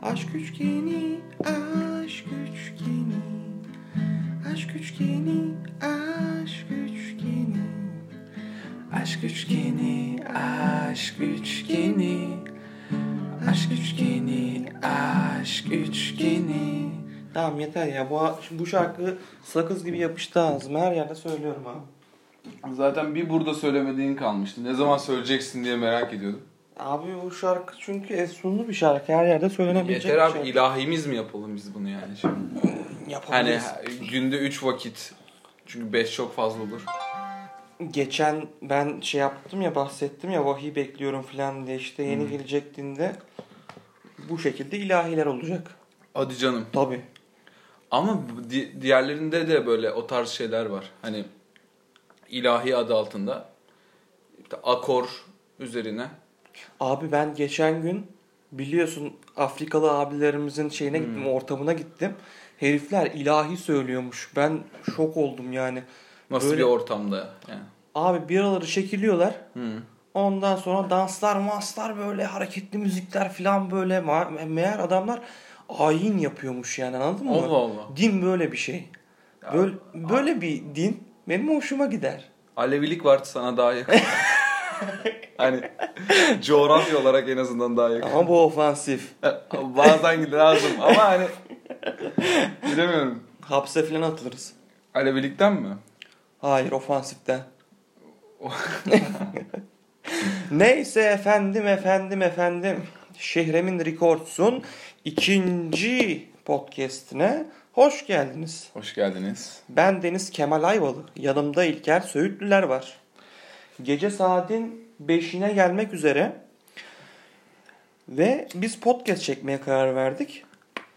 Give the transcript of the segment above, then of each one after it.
Aşk üçgeni, aşk üçgeni, aşk üçgeni, aşk üçgeni, aşk üçgeni, aşk üçgeni, aşk üçgeni, aşk üçgeni. Tamam yeter ya, bu şarkı sakız gibi yapıştı ağzıma, her yerde söylüyorum abi. Zaten bir burada söylemediğin kalmıştı. Ne zaman söyleyeceksin diye merak ediyordum. Abi bu şarkı çünkü efsunlu bir şarkı. Her yerde söylenebilecek Yeter bir abi, şey. ilahimiz mi yapalım biz bunu yani şimdi? Yapabiliriz. Hani günde 3 vakit. Çünkü 5 çok fazla olur. Geçen ben şey yaptım ya, bahsettim ya, vahiy bekliyorum falan diye, işte yeni gelecek dinde bu şekilde ilahiler olacak. Hadi canım. Tabii. Ama diğerlerinde de böyle o tarz şeyler var. Hani ilahi adı altında. İşte akor üzerine. Abi ben geçen gün biliyorsun Afrikalı abilerimizin şeyine gittim, ortamına gittim. Herifler ilahi söylüyormuş. Ben şok oldum yani. Nasıl Böyle, bir ortamda yani? abi biraları çekiliyorlar. Ondan sonra danslar, böyle hareketli müzikler falan böyle. Meğer adamlar ayin yapıyormuş yani, anladın mı? Allah Allah. Din böyle bir şey. Böyle bir din benim hoşuma gider. Alevilik var sana daha yakın. Hani coğrafya olarak en azından daha yakın. Ama bu ofansif. Bazen lazım ama hani bilemiyorum. Hapse falan atılırız. Alevilikten mi? Hayır, ofansiften. Neyse efendim. Şehremin Records'un 2. podcast'ine hoş geldiniz. Hoş geldiniz. Ben Deniz Kemal Ayvalı. Yanımda İlker Söğütlüler var. Gece saatin 5'ine gelmek üzere ve biz podcast çekmeye karar verdik.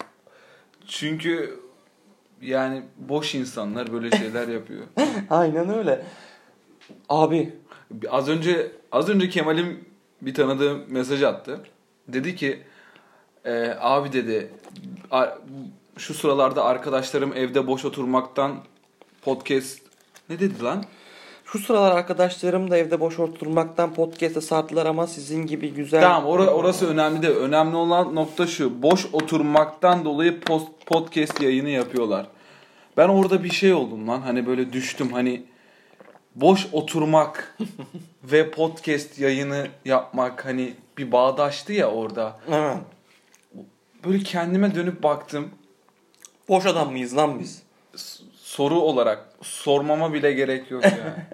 Çünkü yani boş insanlar böyle şeyler yapıyor. Aynen öyle. Abi Az önce Kemal'im bir tanıdığı mesaj attı. Dedi ki abi dedi, şu sıralarda arkadaşlarım evde boş oturmaktan podcast, ne dedi lan? şu sıralar arkadaşlarım da evde boş oturmaktan podcast'a sardılar ama sizin gibi güzel... Tamam, orası önemli değil. Önemli olan nokta şu: boş oturmaktan dolayı podcast yayını yapıyorlar. Ben orada bir şey oldum lan. Hani böyle düştüm. Hani boş oturmak ve podcast yayını yapmak hani bir bağdaştı ya orada. Evet. Böyle kendime dönüp baktım. Boş adam mıyız lan biz? Soru olarak sormama bile gerek yok ya.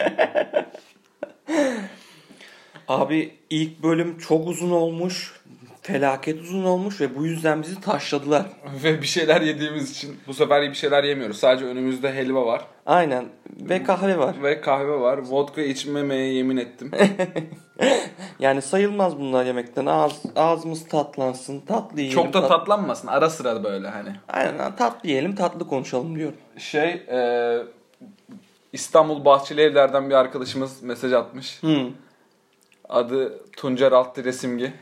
Abi ilk bölüm çok uzun olmuş. Felaket uzun olmuş ve bu yüzden bizi taşladılar. Ve bir şeyler yediğimiz için bu sefer bir şeyler yemiyoruz. Sadece önümüzde helva var. Aynen. Ve kahve var. Ve kahve var. Vodka içmemeye yemin ettim. Yani sayılmaz bunlar yemekten. Ağzımız tatlansın. Tatlı yiyelim. Çok da tatlanmasın. Ara sıra böyle hani. Aynen, tatlı yiyelim, tatlı konuşalım diyorum. İstanbul Bahçeli Evler'den bir arkadaşımız mesaj atmış. Adı Tuncer Alttire Simge.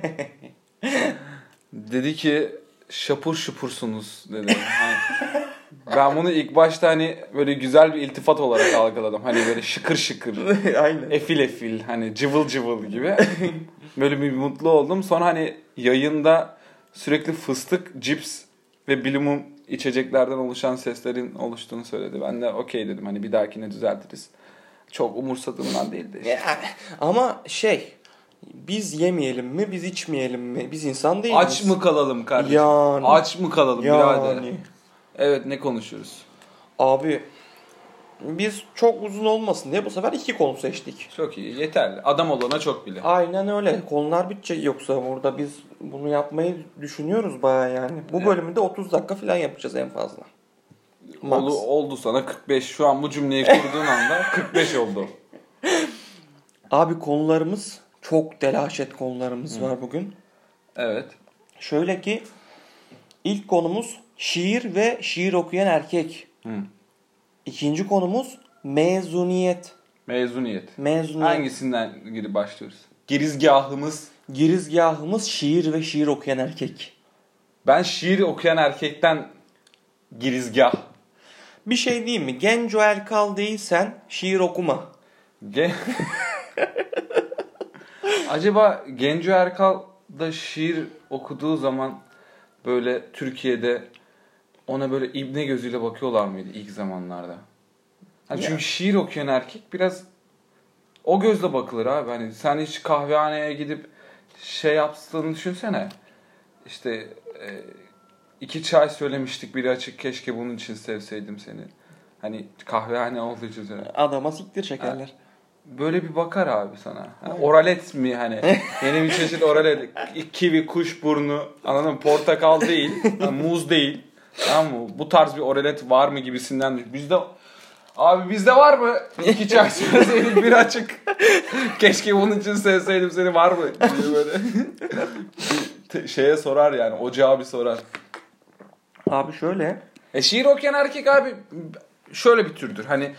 Dedi ki şapur şupursunuz dedi. Hani, ben bunu ilk başta hani böyle güzel bir iltifat olarak algıladım. Hani böyle şıkır şıkır. Aynen. Efil efil, hani cıvıl cıvıl gibi. Böyle bir mutlu oldum. Sonra hani yayında sürekli fıstık, cips ve bilimum içeceklerden oluşan seslerin oluştuğunu söyledi. Ben de okey dedim, hani bir dahakine düzeltiriz. Çok umursadığımdan değildi işte. Yani, ama biz yemeyelim mi, biz içmeyelim mi? Biz insan değiliz. Aç mı kalalım kardeşim? Yani. Aç mı kalalım birader? Yani. Evet, ne konuşuyoruz? Abi biz çok uzun olmasın diye bu sefer 2 konu seçtik. Çok iyi, yeterli. Adam olana çok bile. Aynen öyle. Konular bitecek yoksa burada biz bunu yapmayı düşünüyoruz baya yani. Bu bölümü de 30 dakika falan yapacağız en fazla. Oldu sana 45. Şu an bu cümleyi kurduğun anda 45 oldu. Abi konularımız çok delaşet konularımız var bugün. Evet. Şöyle ki ilk konumuz şiir ve şiir okuyan erkek. İkinci konumuz mezuniyet. Mezuniyet. Mezuniyet. Hangisinden girip başlıyoruz? Girizgahımız şiir ve şiir okuyan erkek. Ben şiir okuyan erkekten girizgah. Bir şey diyeyim mi? Genco Erkal değilsen şiir okuma. Acaba Genco Erkal da şiir okuduğu zaman böyle Türkiye'de ona böyle ibne gözüyle bakıyorlar mıydı ilk zamanlarda? Hani çünkü şiir okuyan erkek biraz o gözle bakılır abi. Hani sen hiç kahvehaneye gidip şey yaptığını düşünsene. İşte 2 çay söylemiştik, biri açık, keşke bunun için sevseydim seni. Hani kahvehane olduğu için söyle. Adama siktir çekerler. Böyle bir bakar abi sana. Yani oralet mi hani? Yeni bir çeşit oralet. Kivi, kuşburnu, anladın mı? Portakal değil, yani muz değil. Tamam mı? Bu tarz bir oralet var mı gibisinden. Bizde var mı? 2 çay söyleseydik, bir açık. Keşke bunun için sevseydim seni, var mı? Diye böyle. Şeye sorar yani. Ocağa bir sorar. Abi şöyle. Şiir okuyan erkek abi şöyle bir türdür. Hani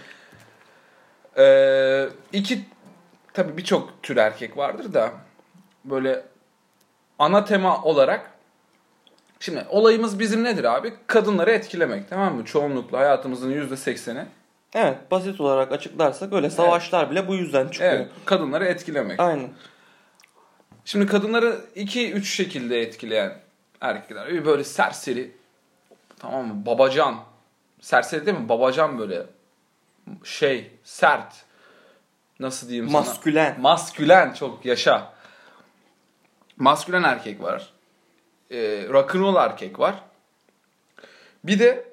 tabii birçok tür erkek vardır da böyle ana tema olarak şimdi olayımız bizim nedir abi? Kadınları etkilemek, tamam mı? Çoğunlukla hayatımızın %80'i. Evet, basit olarak açıklarsak öyle savaşlar bile bu yüzden çıkıyor. Evet, kadınları etkilemek. Aynen. Şimdi kadınları 2-3 şekilde etkileyen erkekler. Bir böyle serseri, tamam mı? Babacan. Serseri değil mi? Babacan böyle sert. Nasıl diyeyim sana? Maskülen. Maskülen, çok yaşa. Maskülen erkek var. Rock'n'roll erkek var. Bir de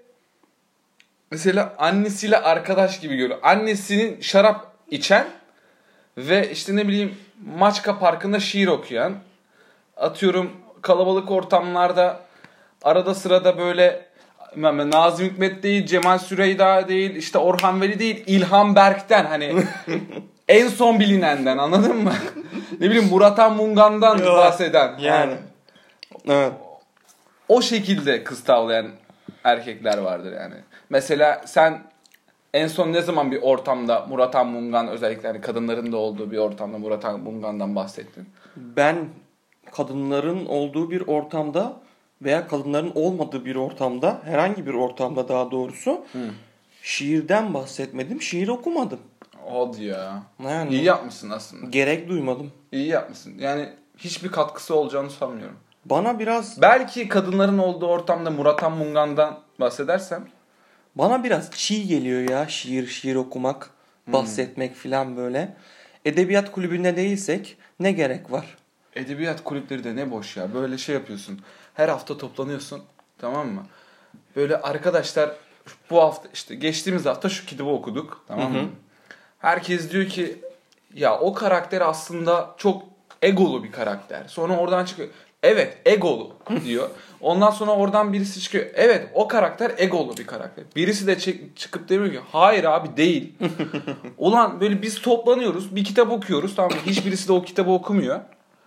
mesela annesiyle arkadaş gibi görüyor. Annesinin şarap içen ve işte ne bileyim Maçka Parkı'nda şiir okuyan, atıyorum kalabalık ortamlarda arada sırada böyle Nazım Hikmet değil, Cemal Süreyya değil, işte Orhan Veli değil, İlhan Berk'ten hani en son bilinenden, anladın mı? Ne bileyim Murat Han Mungan'dan bahseden. Yani. Evet. O şekilde kız tavlayan erkekler vardır yani. Mesela sen en son ne zaman bir ortamda Murat Han Mungan, özellikle hani kadınların da olduğu bir ortamda Murat Han Mungan'dan bahsettin? Ben kadınların olduğu bir ortamda veya kadınların olmadığı bir ortamda, herhangi bir ortamda daha doğrusu şiirden bahsetmedim, şiir okumadım. Hadi ya. Yani, İyi yapmışsın aslında. Gerek duymadım. İyi yapmışsın. Yani hiçbir katkısı olacağını sanmıyorum. Bana biraz... Belki kadınların olduğu ortamda Murat Han Mungan'dan bahsedersem... Bana biraz çiğ geliyor ya şiir okumak, bahsetmek filan böyle. Edebiyat kulübünde değilsek ne gerek var? Edebiyat kulüpleri de ne boş ya. Böyle şey yapıyorsun. Her hafta toplanıyorsun. Tamam mı? Böyle arkadaşlar bu hafta işte geçtiğimiz hafta şu kitabı okuduk. Tamam mı? Herkes diyor ki ya o karakter aslında çok egolu bir karakter. Sonra oradan çıkıyor. Evet, egolu diyor. Ondan sonra oradan birisi çıkıyor. Evet, o karakter egolu bir karakter. Birisi de çıkıp demiyor ki hayır abi değil. Ulan böyle biz toplanıyoruz, bir kitap okuyoruz, tamam mı? Hiçbirisi de o kitabı okumuyor.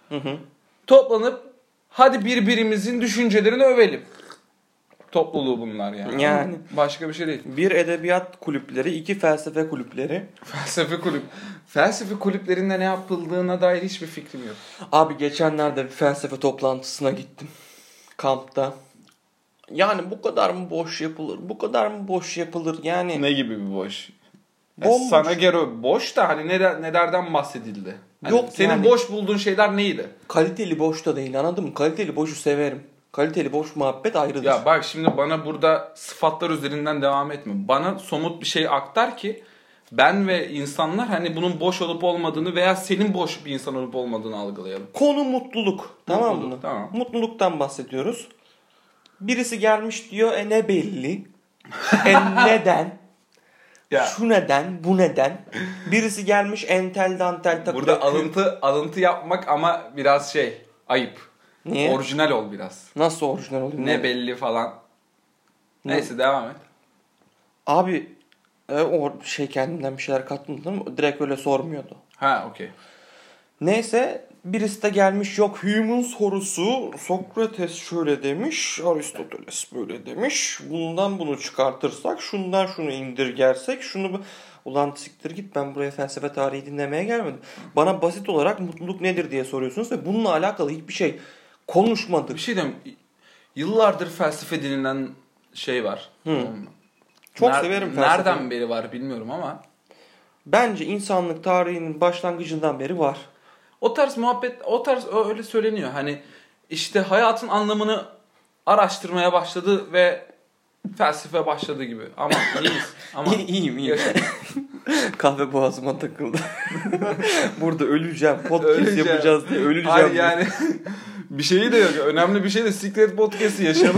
Toplanıp hadi birbirimizin düşüncelerini övelim. Topluluğu bunlar yani. Yani. Başka bir şey değil. 1 edebiyat kulüpleri, 2 felsefe kulüpleri. Felsefe kulüplerinde ne yapıldığına dair hiçbir fikrim yok. Abi geçenlerde bir felsefe toplantısına gittim. Kampta. Yani bu kadar mı boş yapılır? Bu kadar mı boş yapılır? Yani ne gibi bir boş? Bomboş. Sana göre boş da hani nelerden bahsedildi? Hani yok senin yani, boş bulduğun şeyler neydi? Kaliteli boş da değil, anladın mı? Kaliteli boşu severim. Kaliteli boş muhabbet ayrıdır. Ya bak şimdi bana burada sıfatlar üzerinden devam etme. Bana somut bir şey aktar ki ben ve insanlar hani bunun boş olup olmadığını veya senin boş bir insan olup olmadığını algılayalım. Konu mutluluk. Tamam mı? Tamam. Mutluluktan bahsediyoruz. Birisi gelmiş diyor ne belli. Neden? Ya. Şu neden? Bu neden? Birisi gelmiş entel dantel takıyor. Burada alıntı yapmak ama biraz ayıp. Niye? Orijinal ol biraz. Nasıl orijinal olayım? Ne belli falan. Neyse devam et. Abi o kendimden bir şeyler kattım değil mi? Direkt öyle sormuyordu. Ha okey. Neyse birisi de gelmiş yok Hume'un sorusu Sokrates şöyle demiş, Aristoteles böyle demiş. Bundan bunu çıkartırsak, şundan şunu indirgersek, şunu... Ulan siktir git, ben buraya felsefe tarihi dinlemeye gelmedim. Bana basit olarak mutluluk nedir diye soruyorsunuz ve bununla alakalı hiçbir şey konuşmadık. Bir şey diyeyim. Yıllardır felsefe denilen şey var. Çok severim felsefe. Nereden beri var bilmiyorum ama. Bence insanlık tarihinin başlangıcından beri var. O tarz muhabbet, öyle söyleniyor. Hani işte hayatın anlamını araştırmaya başladı ve felsefe başladı gibi. Ama iyiyiz. Ama İyiyim. yaşa. Kahve boğazıma takıldı. Burada öleceğim. Podcast Öleceğim. yapacağız diye öleceğim. Hayır yani bir şeyi de yok. Önemli bir şey de Secret Podcast'ı yaşayalım.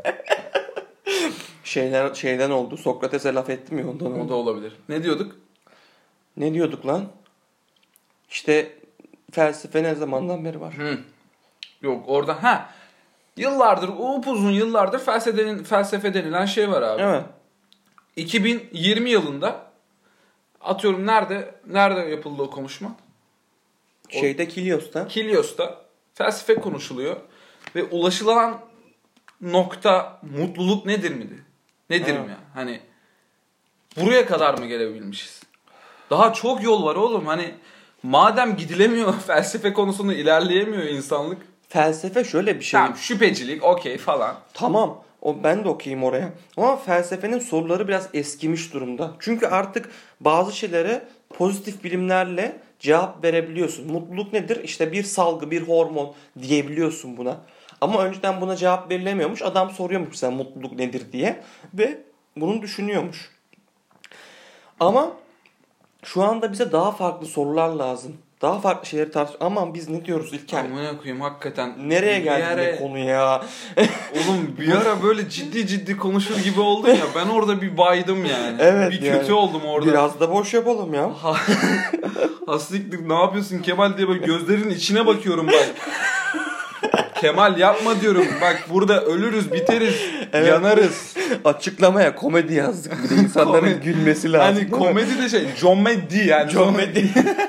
Şeyden oldu. Sokrates'e laf ettim ya ondan O oldu. da olabilir. Ne diyorduk? Ne diyorduk lan? İşte felsefe ne zamandan beri var? Yok orada yıllardır upuzun yıllardır felsefe denilen şey var abi. Evet. 2020 yılında atıyorum nerede yapıldı o konuşma? Şeyde Kilios'ta. Kilios'ta felsefe konuşuluyor ve ulaşılan nokta mutluluk nedir miydi? Nedir mi ya? Hani buraya kadar mı gelebilmişiz? Daha çok yol var oğlum. Hani madem gidilemiyor felsefe konusunda ilerleyemiyor insanlık. Felsefe şöyle bir şey. Tamam şüphecilik okey falan. Tamam. Ben de okuyayım oraya. Ama felsefenin soruları biraz eskimiş durumda. Çünkü artık bazı şeylere pozitif bilimlerle cevap verebiliyorsun. Mutluluk nedir? İşte bir salgı, bir hormon diyebiliyorsun buna. Ama önceden buna cevap verilemiyormuş. Adam soruyormuş sen mutluluk nedir diye. Ve bunu düşünüyormuş. Ama şu anda bize daha farklı sorular lazım. Daha farklı şeyleri Aman biz ne diyoruz İlker? Amına koyayım hakikaten. Nereye geldi konu ya? Oğlum bir ara böyle ciddi konuşur gibi oldun ya. Ben orada bir baydım yani. Evet bir yani. kötü oldum orada. Biraz da boş yapalım ya. Hastiklik ne yapıyorsun Kemal diye böyle gözlerinin içine bakıyorum bak. Kemal yapma diyorum. Bak burada ölürüz, biteriz, Evet. yanarız. Açıklamaya komedi yazdık. Bir de insanların gülmesi lazım. Hani komedi de şey, comedy yani. Comedy.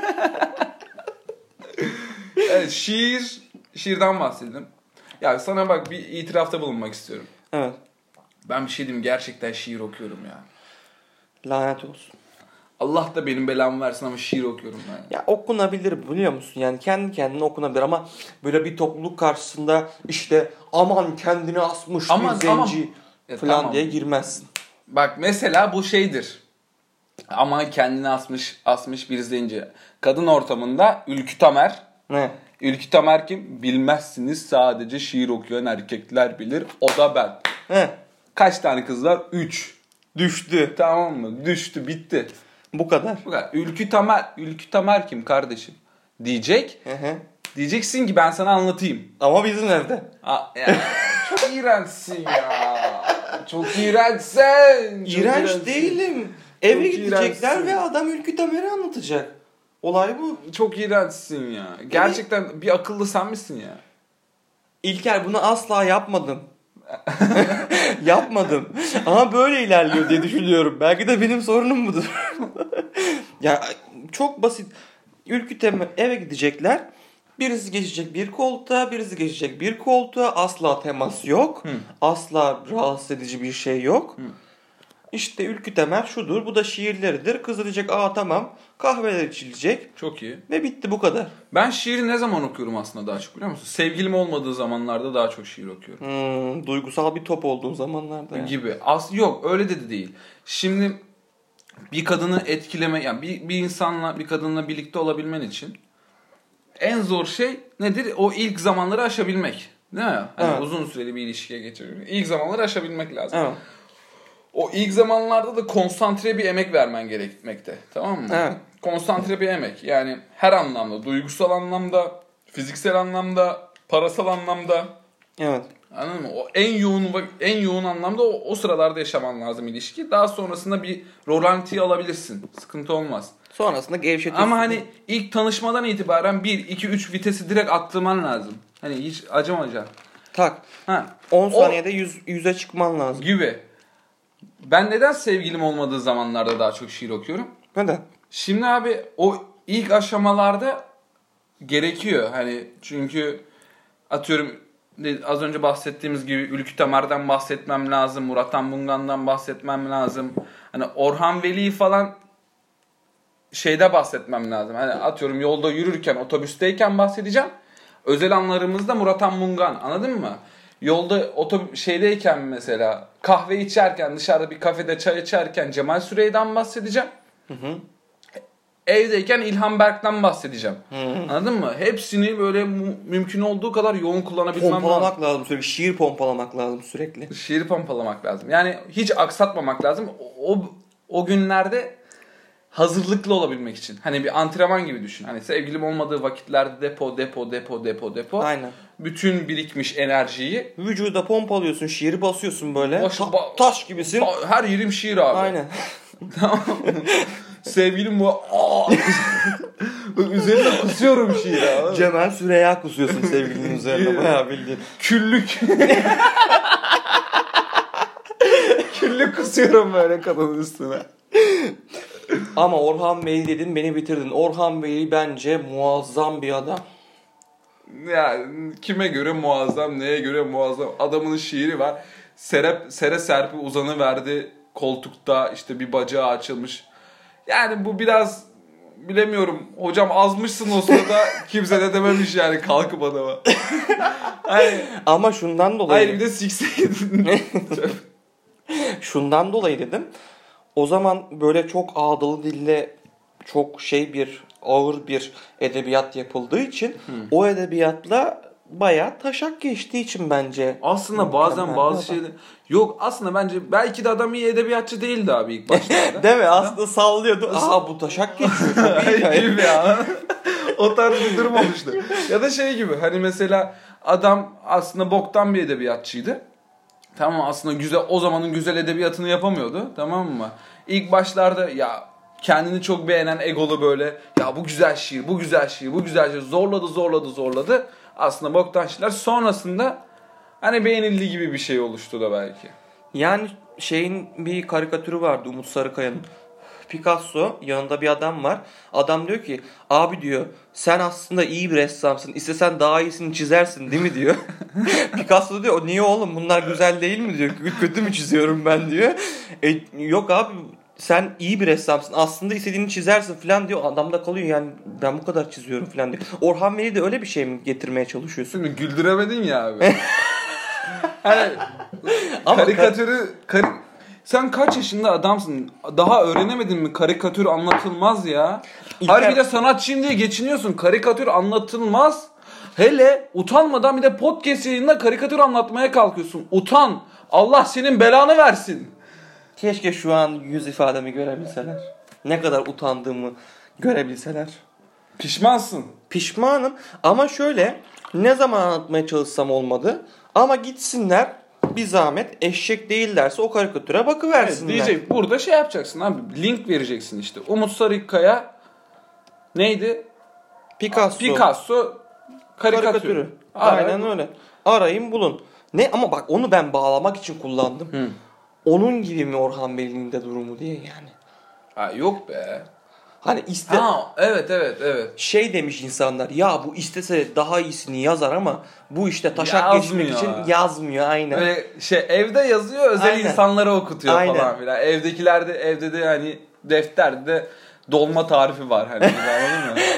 Evet, şiirden bahsedelim. Ya sana bak bir itirafta bulunmak istiyorum. Evet. Ben bir şey diyeyim gerçekten şiir okuyorum ya. Lanet olsun. Allah da benim belamı versin ama şiir okuyorum ben. Ya okunabilir biliyor musun? Yani kendi kendine okunabilir ama böyle bir topluluk karşısında işte aman kendini asmış bir zenci falan tamam. diye girmezsin. Bak mesela bu şeydir. Ama kendini asmış bir zenci. Kadın ortamında Ülkü Tamer. Ne? Ülkü Tamer kim? Bilmezsiniz sadece şiir okuyan erkekler bilir. O da ben. He. Kaç tane kız var? 3. Düştü. Tamam mı? Düştü bitti. Bu kadar. Bu kadar. Ülkü Tamer kim kardeşim? Diyecek. Hı. Diyeceksin ki ben sana anlatayım. Ama bizim evde. Çok iğrençsin ya. Çok iğrençsin. İğrenç değilim. Eve Çok gidecekler iğrençsin. ve adam Ülkü Tamer'i anlatacak. Olay bu. Çok iğrençsin ya. Gerçekten bir akıllı sen misin ya? İlker bunu asla yapmadım. Yapmadım. Ama böyle ilerliyor diye düşünüyorum. Belki de benim sorunum budur. Ya çok basit. Ülkü Tamer eve gidecekler. Birisi geçecek bir koltuğa, birisi geçecek bir koltuğa. Asla temas yok. Asla rahatsız edici bir şey yok. İşte Ülkü Tamer şudur. Bu da şiirleridir. Kız diyecek tamam. Kahveler içilecek. Çok iyi. Ve bitti bu kadar. Ben şiiri ne zaman okuyorum aslında daha çok biliyor musun? Sevgilim olmadığı zamanlarda daha çok şiir okuyorum. Duygusal bir top olduğun zamanlarda. Yani. Gibi. Yok öyle de değil. Şimdi bir kadını etkileme yani bir insanla bir kadınla birlikte olabilmen için en zor şey nedir? O ilk zamanları aşabilmek. Değil mi? Hani Evet. uzun süreli bir ilişkiye geçebilmek. İlk zamanları aşabilmek lazım. Evet. O ilk zamanlarda da konsantre bir emek vermen gerekmekte. Tamam mı? Evet. Konsantre bir emek. Yani her anlamda, duygusal anlamda, fiziksel anlamda, parasal anlamda. Evet. Anladın mı? O en yoğun anlamda o sıralarda yaşaman lazım ilişki. Daha sonrasında bir rolantiyi alabilirsin. Sıkıntı olmaz. Sonrasında gevşetiyorsun. Ama hani ilk tanışmadan itibaren 1 2 3 vitesi direkt attırman lazım. Hani hiç acımaca. Tak. 10 saniyede 100'e çıkman lazım. Gibi. Ben neden sevgilim olmadığı zamanlarda daha çok şiir okuyorum? Neden? Şimdi abi o ilk aşamalarda gerekiyor. Hani çünkü atıyorum az önce bahsettiğimiz gibi Ülkü Tamer'den bahsetmem lazım. Murat Anmungan'dan bahsetmem lazım. Hani Orhan Veli'yi falan şeyde bahsetmem lazım. Hani atıyorum yolda yürürken, otobüsteyken bahsedeceğim. Özel anlarımızda Murat Anmungan. Anladın mı? Yolda şeydeyken mesela kahve içerken, dışarıda bir kafede çay içerken Cemal Süreya'dan bahsedeceğim. evdeyken İlhan Berk'ten bahsedeceğim. Anladın mı? Hepsini böyle mümkün olduğu kadar yoğun kullanabilmem lazım. Pompalamak lazım sürekli. Şiir pompalamak lazım sürekli. Şiiri pompalamak lazım. Yani hiç aksatmamak lazım. O günlerde hazırlıklı olabilmek için. Hani bir antrenman gibi düşün. Hani sevgilim olmadığı vakitlerde depo. Aynen. Bütün birikmiş enerjiyi. Vücuda pompalıyorsun, şiiri basıyorsun böyle. Boş- Taş gibisin. Her yerim şiir abi. Aynen. Tamam. Sevgilim bu. Üzerine kusuyorum şiir abi. Cemal Süreya kusuyorsun sevgilinin üzerine. Bayağı bildiğin. Küllük. Küllük kusuyorum böyle kadının üstüne. Ama Orhan Bey dedin, beni bitirdin. Orhan Bey bence muazzam bir adam. Ya kime göre muazzam, neye göre muazzam? Adamın şiiri var. Sere serpi uzanıverdi koltukta, işte bir bacağı açılmış. Yani bu biraz bilemiyorum. Hocam azmışsın o sırada, kimse de dememiş yani kalkıp adama. Hani, Ama şundan dolayı. hayır bir de sikseydin. Şundan dolayı dedim. O zaman böyle çok ağdalı dille çok ağır bir edebiyat yapıldığı için o edebiyatla bayağı taşak geçtiği için bence. Aslında bazen bazı şeyler... Yok aslında bence belki de adam iyi edebiyatçı değildi abi ilk başlarda. Değil mi? Aslında sallıyordu. Bu taşak geçiyor. Çok iyi hikaye. Gibi ya. O tarz bir durum olmuştu. Ya da şey gibi hani mesela adam aslında boktan bir edebiyatçıydı. Tamam aslında güzel, o zamanın güzel edebiyatını yapamıyordu, tamam mı? İlk başlarda ya kendini çok beğenen egolu böyle ya bu güzel şiir, bu güzel şiir, bu güzel şiir zorladı. Aslında boktan şiirler sonrasında hani beğenildiği gibi bir şey oluştu da belki. Yani bir karikatürü vardı Umut Sarıkaya'nın. Picasso, yanında bir adam var. Adam diyor ki abi diyor sen aslında iyi bir ressamsın. İstesen daha iyisini çizersin değil mi diyor. Picasso diyor niye oğlum bunlar güzel değil mi diyor. Kötü mü çiziyorum ben diyor. Yok abi sen iyi bir ressamsın. Aslında istediğini çizersin falan diyor. Adam da kalıyor yani ben bu kadar çiziyorum falan diyor. Orhan Veli de öyle bir şey mi getirmeye çalışıyorsun? Şimdi güldüremedin ya abi. Hani karikatürü sen kaç yaşında adamsın? Daha öğrenemedin mi? Karikatür anlatılmaz ya. Hayır bir de sanatçıyım diye geçiniyorsun. Karikatür anlatılmaz. Hele utanmadan bir de podcast yayında karikatür anlatmaya kalkıyorsun. Utan. Allah senin belanı versin. Keşke şu an yüz ifademi görebilseler. Ne kadar utandığımı görebilseler. Pişmansın. Pişmanım ama şöyle ne zaman anlatmaya çalışsam olmadı. Ama gitsinler bir zahmet eşek değillerse o karikatüre bakıversinler. Evet, diyecek burada şey yapacaksın abi. Link vereceksin işte. Umut Sarıkaya neydi? Picasso karikatürü. Aynen öyle. Arayın bulun. Ne ama bak onu ben bağlamak için kullandım. Onun gibi mi Orhan Veli'nin de durumu diye yani. Ha yok be. Hani evet. Demiş insanlar ya bu istese daha iyisini yazar ama bu işte taşak geçmek için yazmıyor aynen. Böyle evde yazıyor özel insanlara okutuyor falan filan. Evde de hani defterde de dolma tarifi var hani anladın mı?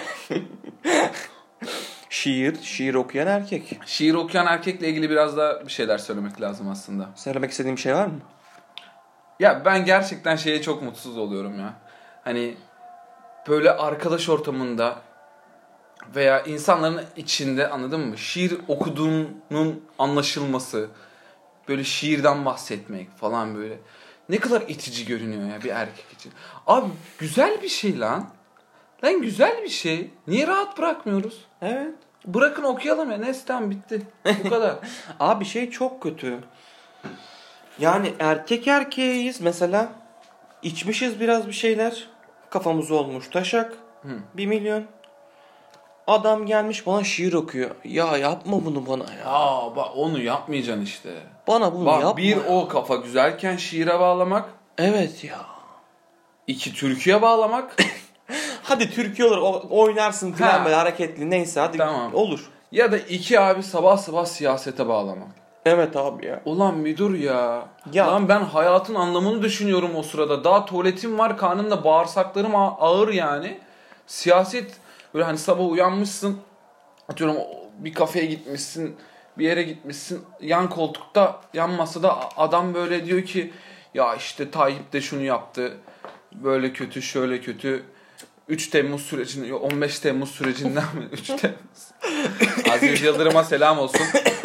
Şiir okuyan erkek. Şiir okuyan erkekle ilgili biraz daha bir şeyler söylemek lazım aslında. Söylemek istediğim bir şey var mı? Ya ben gerçekten çok mutsuz oluyorum ya. Hani böyle arkadaş ortamında veya insanların içinde anladın mı? Şiir okuduğunun anlaşılması, böyle şiirden bahsetmek falan böyle. Ne kadar itici görünüyor ya bir erkek için. Abi güzel bir şey lan. Lan güzel bir şey. Niye rahat bırakmıyoruz? Evet. Bırakın okuyalım ya. Neyse tamam bitti. Bu kadar. Abi çok kötü. Yani erkeğiz mesela. İçmişiz biraz bir şeyler. Kafamız olmuş taşak. 1 milyon. Adam gelmiş bana şiir okuyor. Ya yapma bunu bana ya. Bak onu yapmayacaksın işte. Bana bunu yapma. Bir o kafa güzelken şiire bağlamak. Evet ya. 2 türküye bağlamak. Hadi türkü olur oynarsın falan böyle hareketli neyse hadi tamam. Olur. Ya da 2 abi sabah siyasete bağlamak. Evet abi ya. Ulan bir dur ya. Lan ben hayatın anlamını düşünüyorum o sırada. Daha tuvaletim var karnımda bağırsaklarım ağır yani. Siyaset böyle hani sabah uyanmışsın. Atıyorum bir kafeye gitmişsin. Bir yere gitmişsin. Yan koltukta yan masada adam böyle diyor ki ya işte Tayyip de şunu yaptı. Böyle kötü şöyle kötü. 3 Temmuz sürecinde, 15 Temmuz sürecinden mi? 3 Temmuz. Aziz Yıldırım'a selam olsun.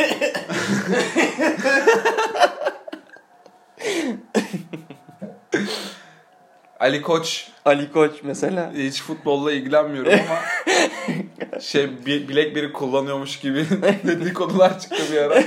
Ali Koç. Ali Koç mesela. Hiç futbolla ilgilenmiyorum ama bilek biri kullanıyormuş gibi dedikodular çıktı bir ara.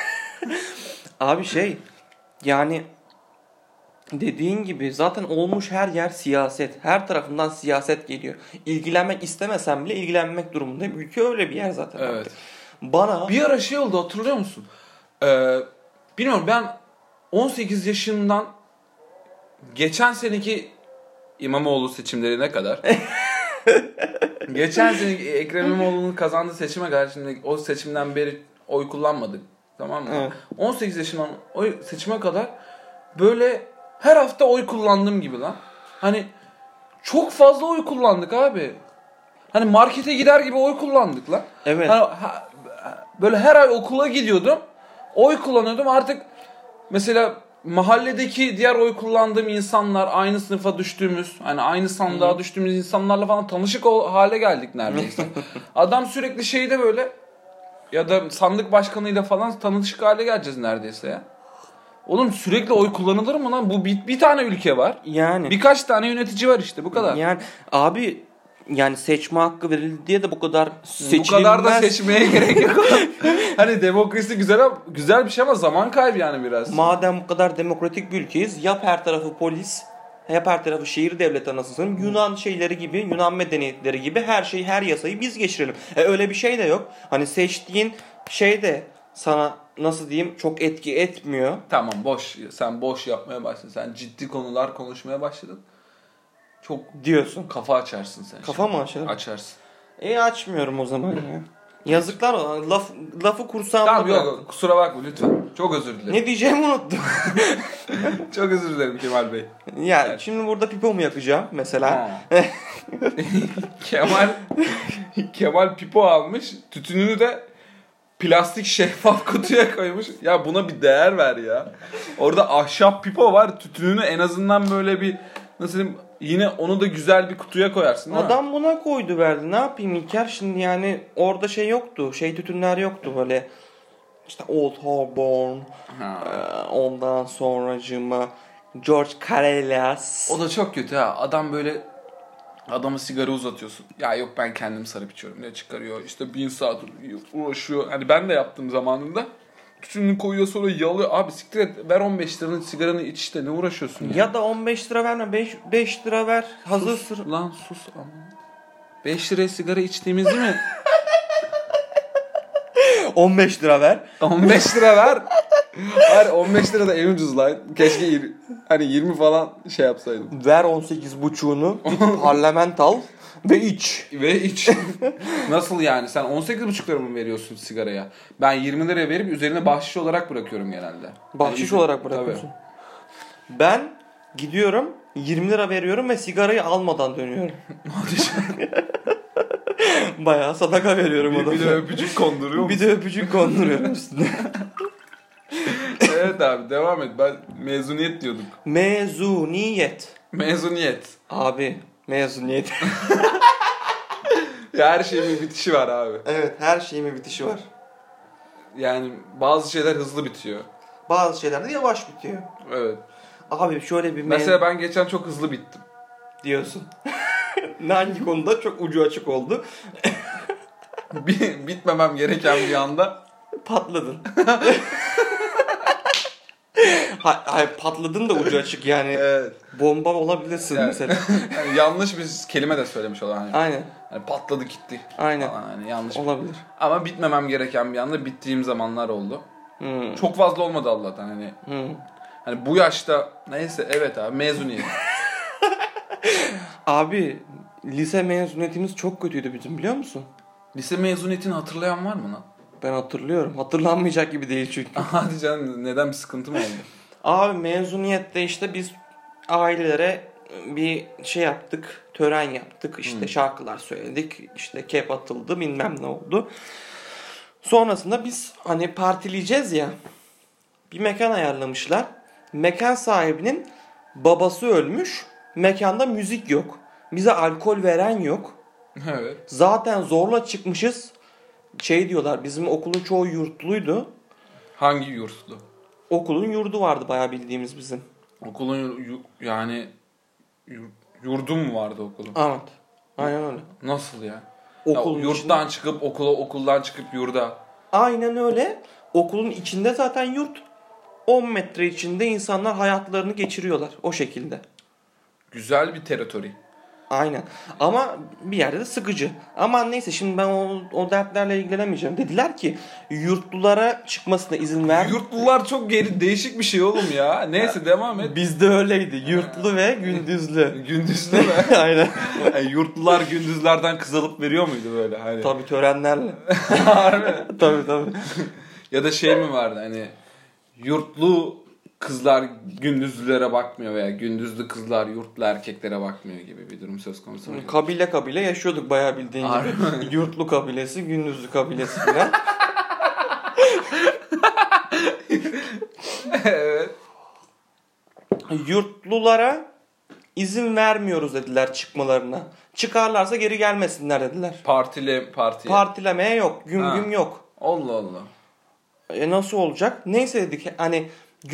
Abi yani dediğin gibi zaten olmuş her yer siyaset. Her tarafından siyaset geliyor. İlgilenmek istemesem bile ilgilenmek durumundayım. Ülke öyle bir yer zaten. Evet. Bana bir ara oldu, hatırlıyor musun? Bilmiyorum, ben 18 yaşından geçen seneki İmamoğlu seçimlerine kadar geçen seneki Ekrem İmamoğlu'nun kazandığı seçime kadar, şimdi o seçimden beri oy kullanmadık. Tamam mı? Evet. 18 yaşından oy seçime kadar böyle her hafta oy kullandığım gibi lan. Hani çok fazla oy kullandık abi. Hani markete gider gibi oy kullandık lan. Evet. Hani, böyle her ay okula gidiyordum. Oy kullanıyordum. Artık mesela mahalledeki diğer oy kullandığım insanlar, aynı sınıfa düştüğümüz, hani aynı sandığa düştüğümüz insanlarla falan tanışık hale geldik neredeyse. Adam sürekli şeyde böyle, ya da sandık başkanıyla falan tanışık hale geleceğiz neredeyse ya. Oğlum sürekli oy kullanılır mı lan? Bu bir tane ülke var. Yani. Birkaç tane yönetici var işte, bu kadar. Yani abi, yani seçme hakkı verildi diye de bu kadar seçilmez. Bu kadar da seçmeye gerek yok. Hani demokrasi güzel bir şey ama zaman kaybı yani biraz. Madem bu kadar demokratik bir ülkeyiz, yap her tarafı polis, yap her tarafı şehir devleti anasını satayım. Yunan şeyleri gibi, Yunan medeniyetleri gibi her şeyi, her yasayı biz geçirelim. Öyle bir şey de yok. Hani seçtiğin şey de sana nasıl diyeyim çok etki etmiyor. Tamam, boş. Sen boş yapmaya başladın. Sen ciddi konular konuşmaya başladın. Çok Diyorsun. kafa açarsın sen. Kafa mı açarım? Açarsın. Açmıyorum o zaman ya. Yazıklar lafı kursağımda. Tamam, yok kusura bakma lütfen. Çok özür dilerim. Ne diyeceğimi unuttum. Çok özür dilerim Kemal Bey. Ya Evet. Şimdi burada pipomu yakacağım mesela. Kemal pipo almış. Tütününü de plastik şeffaf kutuya koymuş. Ya buna bir değer ver ya. Orada ahşap pipo var. Tütününü en azından böyle bir, nasıl diyeyim, yine onu da güzel bir kutuya koyarsın değil mi? Adam buna koydu verdi. Ne yapayım İlker, şimdi yani orada yoktu. Tütünler yoktu böyle. İşte Old Holborn. Ondan sonracığıma George Carellas. O da çok kötü ha. Adam böyle, adama sigara uzatıyorsun. Ya yok ben kendim sarıp içiyorum. Ne çıkarıyor? İşte 1000 saat uğraşıyor. Hani ben de yaptım zamanında. Tütününü koyuyor, sonra yalıyor. Abi siktir et, ver 15 liranın sigaranı iç işte, ne uğraşıyorsun ya? Ya da 15 lira verme, 5 lira ver. Hazır sus lan, sus ama. 5 liraya sigara içtiğimizi mi? 15 lira ver. 15 lira ver. Hayır, 15 lira da en ucuz lan. Keşke hani 20 falan şey yapsaydım. Ver 18,5'unu. Parlamental ve iç. Ve iç. Nasıl yani? Sen 18,5 lira mı veriyorsun sigaraya? Ben 20 liraya verip üzerine bahşiş olarak bırakıyorum genelde. Bahşiş Yani, olarak bırakıyorsun. Tabii. Ben gidiyorum 20 lira veriyorum ve sigarayı almadan dönüyorum. Bayağı sadaka veriyorum adama. Bir de öpücük konduruyor musun? Bir de öpücük konduruyorum üstüne. Evet abi, devam et. Ben mezuniyet diyorduk. Mezuniyet. Mezuniyet. Abi mezuniyet. Ya her şeyin bir bitişi var abi. Evet, her şeyin bir bitişi var. Yani bazı şeyler hızlı bitiyor. Bazı şeyler de yavaş bitiyor. Evet. Abi şöyle bir Mesela ben geçen çok hızlı bittim. diyorsun. Hangi konuda çok ucu açık oldu? Bitmemem gereken bir anda Patladın. Hayır, patladın da ucu açık yani. Evet. Bomba olabilirsin Yani, mesela. yani yanlış bir kelime de söylemiş olan. Hani, Aynen. hani patladı gitti. Aynen. Falan, hani yanlış. Olabilir. Ama bitmemem gereken bir anda bittiğim zamanlar oldu. Hmm. Çok fazla olmadı Allah'tan hani. Hani bu yaşta neyse, evet abi, mezuniyet. Abi lise mezuniyetimiz çok kötüydü bizim, biliyor musun? Lise mezuniyetini hatırlayan var mı lan? Ben hatırlıyorum. Hatırlanmayacak gibi değil çünkü. Hadi canım, neden, bir sıkıntı mı oldu? Abi mezuniyette işte biz ailelere bir şey yaptık. Tören yaptık. İşte şarkılar söyledik. İşte kep atıldı, bilmem ne oldu. Sonrasında biz hani partileyeceğiz ya. Bir mekan ayarlamışlar. Mekan sahibinin babası ölmüş. Mekanda müzik yok. Bize alkol veren yok. Evet. Zaten zorla çıkmışız. Şey diyorlar, bizim okulun çoğu yurtluydu. Hangi yurtlu? Okulun yurdu vardı bayağı bildiğimiz bizim. Okulun yani yurdun mu vardı okulun? Evet. Aynen öyle. Nasıl ya? Okulun ya yurttan çıkıp okula, okuldan çıkıp yurda. Aynen öyle. Okulun içinde zaten yurt. 10 metre içinde insanlar hayatlarını geçiriyorlar. O şekilde. Güzel bir teritori. Aynen. Ama bir yerde de sıkıcı. Ama neyse şimdi ben o dertlerle ilgilenemeyeceğim. Dediler ki yurtlulara çıkmasına izin ver. Yurtlular çok değişik bir şey oğlum ya. Neyse devam et. Bizde öyleydi. Yurtlu ve gündüzlü. Gündüzlü mü? Aynen. Yani yurtlular gündüzlerden kız alıp veriyor muydu böyle? Hani? Tabii törenlerle. Harbi. Tabii. Ya da şey mi vardı hani yurtlu kızlar gündüzlülere bakmıyor veya gündüzlü kızlar yurtlu erkeklere bakmıyor gibi bir durum söz konusu mu? Kabile yaşıyorduk bayağı bildiğin gibi. Yurtlu kabilesi, gündüzlü kabilesi falan. Evet. Yurtlulara izin vermiyoruz dediler çıkmalarına. Çıkarlarsa geri gelmesinler dediler. Partiye. Partilemeye yok, güm yok. Allah Allah. Nasıl olacak? Neyse dedik hani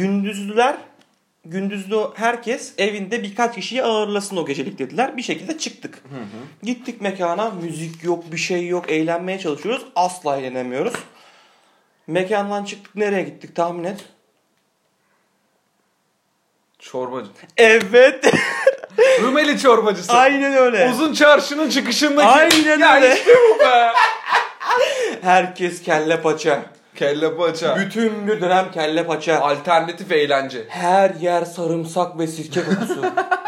gündüzlü herkes evinde birkaç kişiyi ağırlasın o gecelik dediler. Bir şekilde çıktık. Gittik mekana, müzik yok, bir şey yok, eğlenmeye çalışıyoruz. Asla eğlenemiyoruz. Mekandan çıktık, nereye gittik tahmin et. Çorbacı. Evet. Rumeli çorbacısı. Aynen öyle. Uzun çarşının çıkışındaki. Aynen ya öyle. işte bu be. Herkes kelle paça. Kelle paça. Bütün bir dönem kelle paça. Alternatif eğlence. Her yer sarımsak ve sirke kokusu.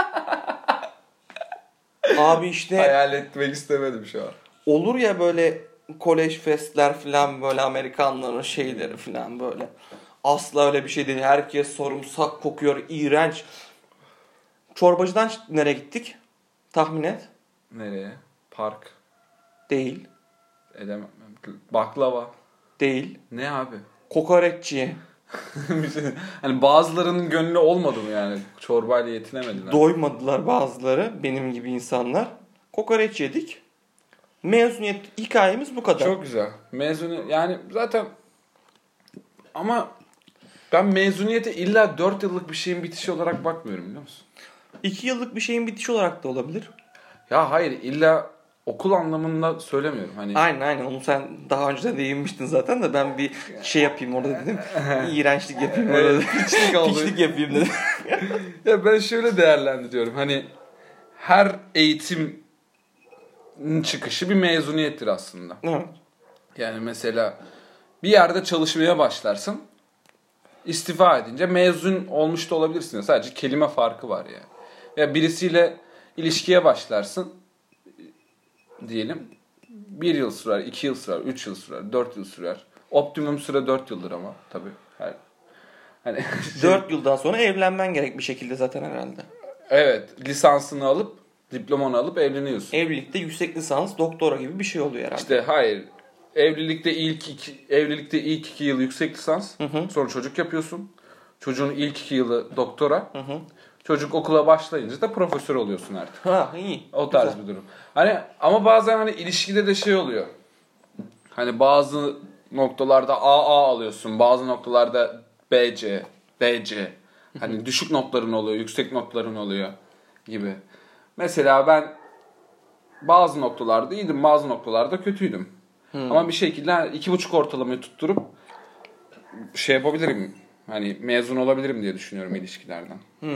Abi işte. Hayal etmek istemedim şu an. Olur ya böyle kolej festler falan böyle Amerikanların şeyleri falan böyle. Asla öyle bir şey değil. Herkes sarımsak kokuyor. İğrenç. Çorbacıdan nereye gittik? Tahmin et. Nereye? Park. Değil. Edemem. Baklava. Değil. Ne abi? Kokoreççiye. Hani bazılarının gönlü olmadı mı yani? Çorbayla yetinemediler. Doymadılar bazıları. Benim gibi insanlar. Kokoreç yedik. Mezuniyet hikayemiz bu kadar. Çok güzel. Yani zaten ama ben mezuniyete illa 4 yıllık bir şeyin bitişi olarak bakmıyorum biliyor musun? 2 yıllık bir şeyin bitişi olarak da olabilir. Ya hayır illa okul anlamında söylemiyorum. Hani Aynen onu sen daha önce de değinmiştin zaten de ben bir şey yapayım orada dedim. İğrençlik yapayım orada dedim. Piçlik yapayım dedim. Ya ben şöyle değerlendiriyorum. Hani her eğitim çıkışı bir mezuniyettir aslında. Evet. Yani mesela bir yerde çalışmaya başlarsın. İstifa edince mezun olmuş da olabilirsin. Ya. Sadece kelime farkı var yani. Ya birisiyle ilişkiye başlarsın diyelim. 1 yıl sürer, 2 yıl sürer, 3 yıl sürer, 4 yıl sürer. Optimum süre 4 yıldır ama tabii. Hani 4 yıldan sonra evlenmen gerek bir şekilde zaten herhalde. evet, lisansını alıp, diplomanı alıp evleniyorsun. Evlilikte yüksek lisans, doktora gibi bir şey oluyor herhalde. İşte hayır. Evlilikte ilk 2 yıl yüksek lisans, sonra çocuk yapıyorsun. Çocuğun ilk 2 yılı doktora. Çocuk okula başlayınca da profesör oluyorsun artık. Ha iyi. O tarz Güzel. bir durum. Hani ama bazen hani ilişkide de şey oluyor. Hani bazı noktalarda AA alıyorsun, bazı noktalarda BC, DC. Hani düşük notların oluyor, yüksek notların oluyor gibi. Mesela ben bazı noktalarda iyiydim, bazı noktalarda kötüydüm. Ama bir şekilde 2,5 ortalamayı tutturup şey yapabilirim. Hani mezun olabilirim diye düşünüyorum ilişkilerden.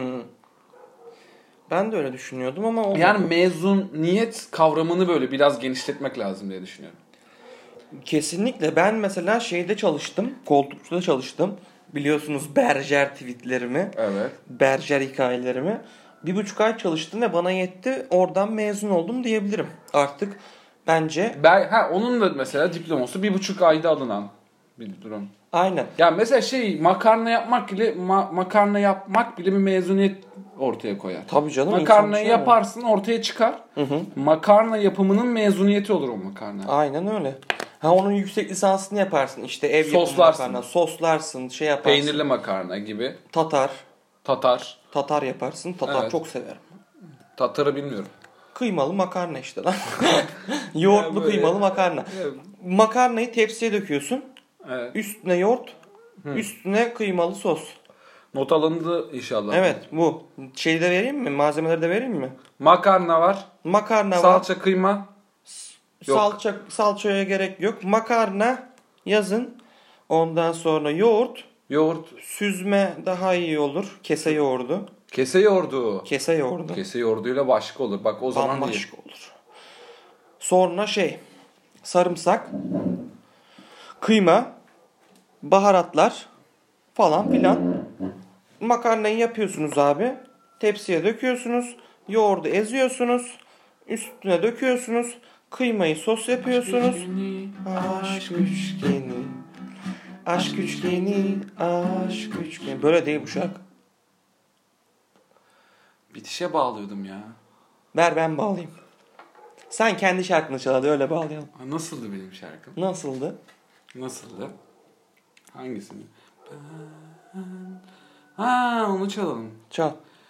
Ben de öyle düşünüyordum ama olmadı. Yani mezuniyet kavramını böyle biraz genişletmek lazım diye düşünüyorum. Kesinlikle. Ben mesela şeyde çalıştım. Koltukçuda çalıştım. Biliyorsunuz Berger tweetlerimi. Evet. Berger hikayelerimi. 1,5 ay çalıştım ve bana yetti. Oradan mezun oldum diyebilirim. Artık bence. Onun da mesela diploması 1,5 ayda alınan bir durum. Aynen. Ya mesela makarna yapmak bile bir mezuniyet ortaya koyar. Tabii canım. Makarnayı yaparsın ortaya çıkar. Makarna yapımının mezuniyeti olur o makarna. Aynen öyle. Onun yüksek lisansını yaparsın. İşte ev Soslarsın. yapımı makarna. Soslarsın. Şey yaparsın. Peynirli makarna gibi. Tatar Tatar. yaparsın. Tatar Evet. çok severim. Tatarı bilmiyorum. Kıymalı makarna işte lan. Yoğurtlu böyle- kıymalı makarna. Evet. Makarnayı tepsiye döküyorsun. Evet. Üstüne yoğurt, üstüne kıymalı sos. Not alındı inşallah. Evet bu. Şeyi de vereyim mi? Malzemeleri de vereyim mi? Makarna var. Makarna var. Salça, kıyma. Yok. Salçaya gerek yok. Makarna yazın. Ondan sonra yoğurt. Yoğurt. Süzme daha iyi olur. Kese yoğurdu. Kese yoğurdu. Kese yoğurdu. Kese yoğurduyla başka olur. Bak o zaman değil. Bambaşka olur. Sonra sarımsak, kıyma, baharatlar falan filan. Makarnayı yapıyorsunuz abi. Tepsiye döküyorsunuz. Yoğurdu eziyorsunuz. Üstüne döküyorsunuz. Kıymayı sos yapıyorsunuz. Aşk üçgeni. Aşk üçgeni. Aşk üçgeni. Böyle değil bu şarkı. Bitişe bağlıyordum ya. Ver ben bağlayayım. Sen kendi şarkını çal hadi öyle bağlayalım. Nasıldı benim şarkım? Nasıldı? Nasıldı? Hangisini? Ha onu çalalım. Çal.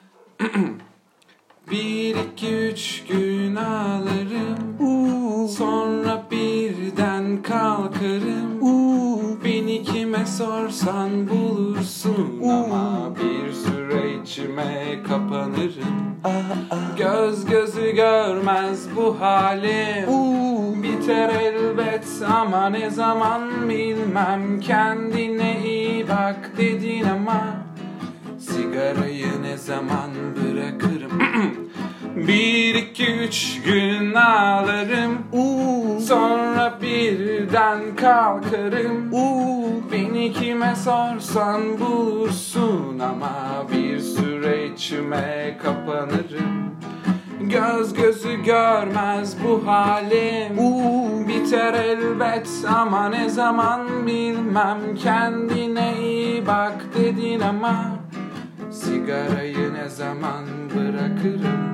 1, 2, 3 gün ağlarım. Sonra birden kalkarım. Beni kime sorsan bulursun. Ama bir süre içime kapanırım. Göz gözü görmez bu halim. Biter elbet ama ne zaman bilmem. Kendine iyi bak dedin ama sigarayı ne zaman bırakırım? 1, 2, 3 gün ağlarım. Sonra birden kalkarım. Beni kime sorsan bulursun ama bir süre içime kapanırım. Göz gözü görmez bu halim. Biter elbet ama ne zaman bilmem. Kendine iyi bak dedin ama sigarayı ne zaman bırakırım?